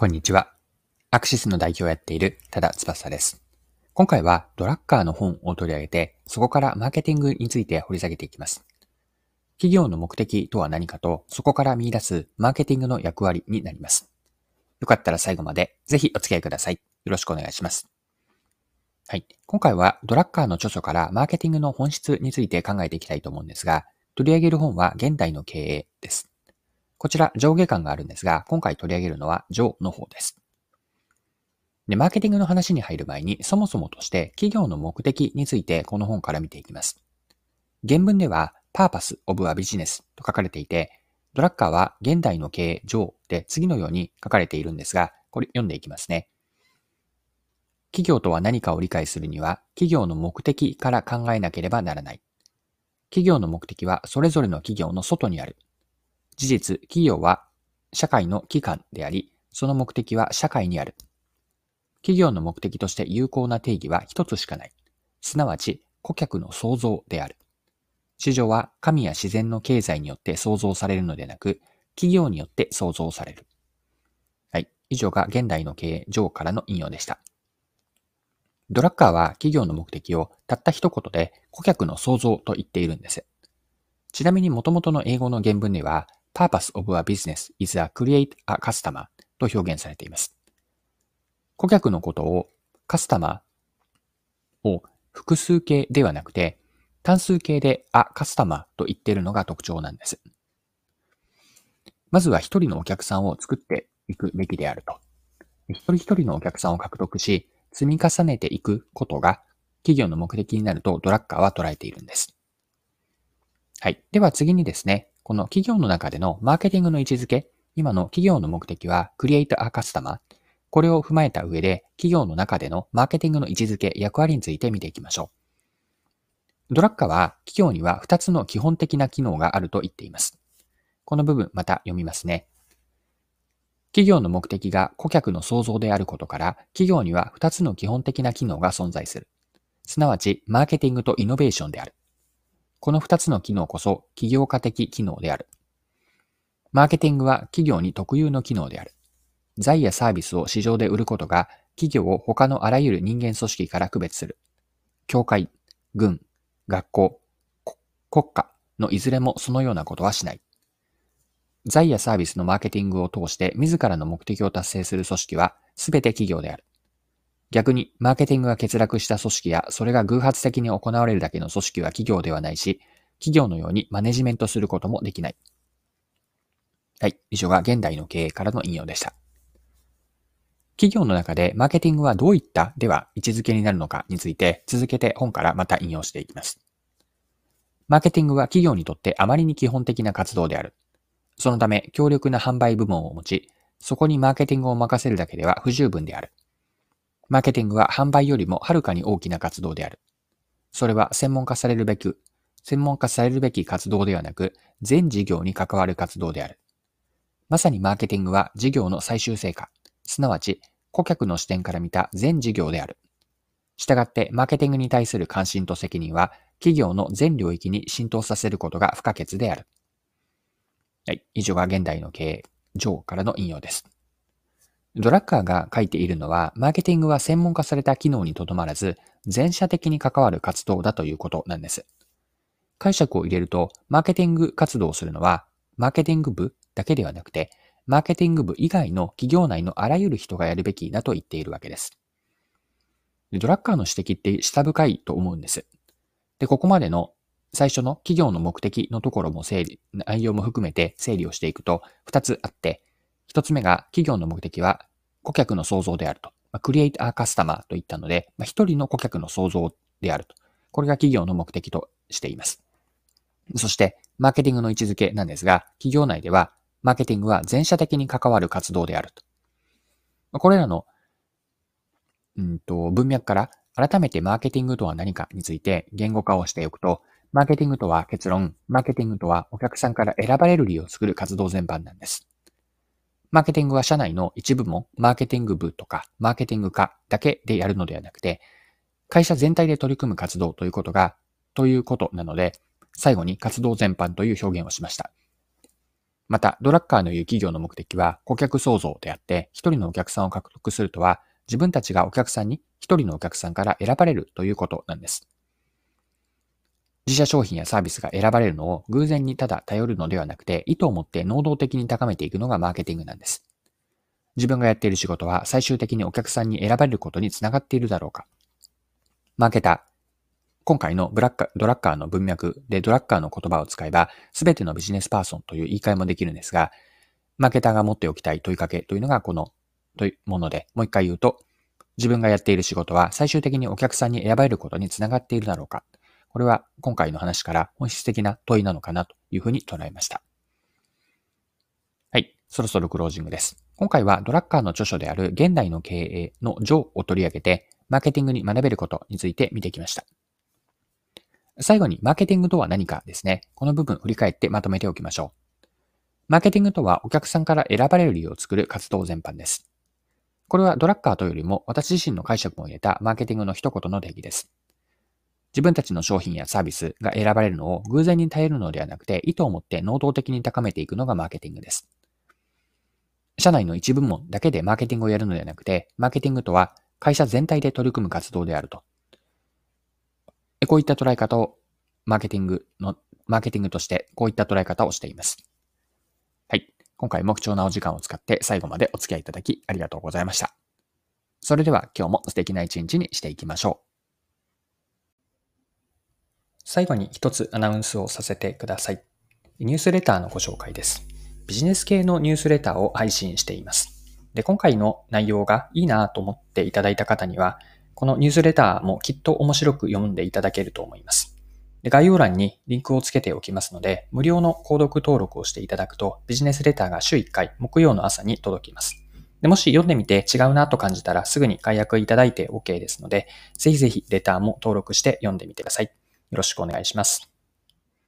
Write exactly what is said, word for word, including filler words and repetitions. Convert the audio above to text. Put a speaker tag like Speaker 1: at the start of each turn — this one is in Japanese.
Speaker 1: こんにちは。アクシスの代表をやっている多田翼です。今回はドラッカーの本を取り上げて、そこからマーケティングについて掘り下げていきます。企業の目的とは何かと、そこから見出すマーケティングの役割になります。よかったら最後までぜひお付き合いください。よろしくお願いします。はい。今回はドラッカーの著書からマーケティングの本質について考えていきたいと思うんですが、取り上げる本は現代の経営です。こちら上下巻があるんですが、今回取り上げるのは上の方です。で、マーケティングの話に入る前に、そもそもとして企業の目的についてこの本から見ていきます。原文では Purpose of a Business と書かれていて、ドラッカーは現代の経営上で次のように書かれているんですが、これ読んでいきますね。企業とは何かを理解するには、企業の目的から考えなければならない。企業の目的はそれぞれの企業の外にある。事実、企業は社会の機関であり、その目的は社会にある。企業の目的として有効な定義は一つしかない。すなわち、顧客の創造である。市場は神や自然の経済によって創造されるのでなく、企業によって創造される。はい。以上が現代の経営上からの引用でした。ドラッカーは企業の目的をたった一言で顧客の創造と言っているんです。ちなみに元々の英語の原文では、Purpose of a business is a create a customer と表現されています。顧客のことをカスタマーを複数形ではなくて単数形であカスタマーと言っているのが特徴なんです。まずは一人のお客さんを作っていくべきであると。一人一人のお客さんを獲得し積み重ねていくことが企業の目的になるとドラッカーは捉えているんです。はい。では次にですね、この企業の中でのマーケティングの位置づけ、今の企業の目的は Create a Customer、これを踏まえた上で、企業の中でのマーケティングの位置づけ、役割について見ていきましょう。ドラッカーは、企業にはふたつの基本的な機能があると言っています。この部分、また読みますね。企業の目的が顧客の創造であることから、企業にはふたつの基本的な機能が存在する。すなわち、マーケティングとイノベーションである。このふたつの機能こそ、企業家的機能である。マーケティングは企業に特有の機能である。財やサービスを市場で売ることが企業を他のあらゆる人間組織から区別する。教会、軍、学校、国家のいずれもそのようなことはしない。財やサービスのマーケティングを通して自らの目的を達成する組織は全て企業である。逆にマーケティングが欠落した組織やそれが偶発的に行われるだけの組織は企業ではないし、企業のようにマネジメントすることもできない。はい、以上が現代の経営からの引用でした。企業の中でマーケティングはどういったでは位置づけになるのかについて続けて本からまた引用していきます。マーケティングは企業にとってあまりに基本的な活動である。そのため強力な販売部門を持ち、そこにマーケティングを任せるだけでは不十分である。マーケティングは販売よりもはるかに大きな活動である。それは専門化されるべき、専門化されるべき活動ではなく、全事業に関わる活動である。まさにマーケティングは事業の最終成果、すなわち顧客の視点から見た全事業である。したがって、マーケティングに対する関心と責任は、企業の全領域に浸透させることが不可欠である。はい、以上が現代の経営上からの引用です。ドラッカーが書いているのは、マーケティングは専門化された機能にとどまらず、全社的に関わる活動だということなんです。解釈を入れると、マーケティング活動をするのは、マーケティング部だけではなくて、マーケティング部以外の企業内のあらゆる人がやるべきだと言っているわけです。ドラッカーの指摘って下深いと思うんです。で、ここまでの最初の企業の目的のところも整理、内容も含めて整理をしていくとふたつあって、ひとつめが企業の目的は顧客の創造であると。Create a Customer と言ったので、一人の顧客の創造であると。これが企業の目的としています。そして、マーケティングの位置づけなんですが、企業内ではマーケティングは全社的に関わる活動であると。これらの、うんと、文脈から改めてマーケティングとは何かについて言語化をしておくと、マーケティングとは結論、マーケティングとはお客さんから選ばれる理由を作る活動全般なんです。マーケティングは社内の一部門、マーケティング部とかマーケティング課だけでやるのではなくて、会社全体で取り組む活動ということが、ということなので、最後に活動全般という表現をしました。 また、ドラッカーの言う企業の目的は顧客創造であって、一人のお客さんを獲得するとは、自分たちがお客さんに一人のお客さんから選ばれるということなんです。自社商品やサービスが選ばれるのを偶然にただ頼るのではなくて、意図を持って能動的に高めていくのがマーケティングなんです。自分がやっている仕事は最終的にお客さんに選ばれることにつながっているだろうか。マーケター。今回のブラッカドラッカーの文脈でドラッカーの言葉を使えば、すべてのビジネスパーソンという言い換えもできるんですが、マーケターが持っておきたい問いかけというのがこのもので、もう一回言うと、自分がやっている仕事は最終的にお客さんに選ばれることにつながっているだろうか。これは今回の話から本質的な問いなのかなというふうに捉えました。はい、そろそろクロージングです。今回はドラッカーの著書である現代の経営の序を取り上げて、マーケティングに学べることについて見てきました。最後にマーケティングとは何かですね。この部分振り返ってまとめておきましょう。マーケティングとはお客さんから選ばれる理由を作る活動全般です。これはドラッカーというよりも私自身の解釈も入れたマーケティングの一言の定義です。自分たちの商品やサービスが選ばれるのを偶然に頼るのではなくて、意図を持って能動的に高めていくのがマーケティングです。社内の一部門だけでマーケティングをやるのではなくて、マーケティングとは会社全体で取り組む活動であると。こういった捉え方をマーケティングの、マーケティングとしてこういった捉え方をしています。はい。今回も貴重なお時間を使って最後までお付き合いいただきありがとうございました。それでは今日も素敵な一日にしていきましょう。最後に一つアナウンスをさせてください。ニュースレターのご紹介です。ビジネス系のニュースレターを配信しています。で、今回の内容がいいなと思っていただいた方には、このニュースレターもきっと面白く読んでいただけると思います。で、概要欄にリンクをつけておきますので、無料の購読登録をしていただくと、ビジネスレターが週いっかい、木曜の朝に届きます。で、もし読んでみて違うなと感じたらすぐに解約いただいて OK ですので、ぜひぜひレターも登録して読んでみてください。よろしくお願いします。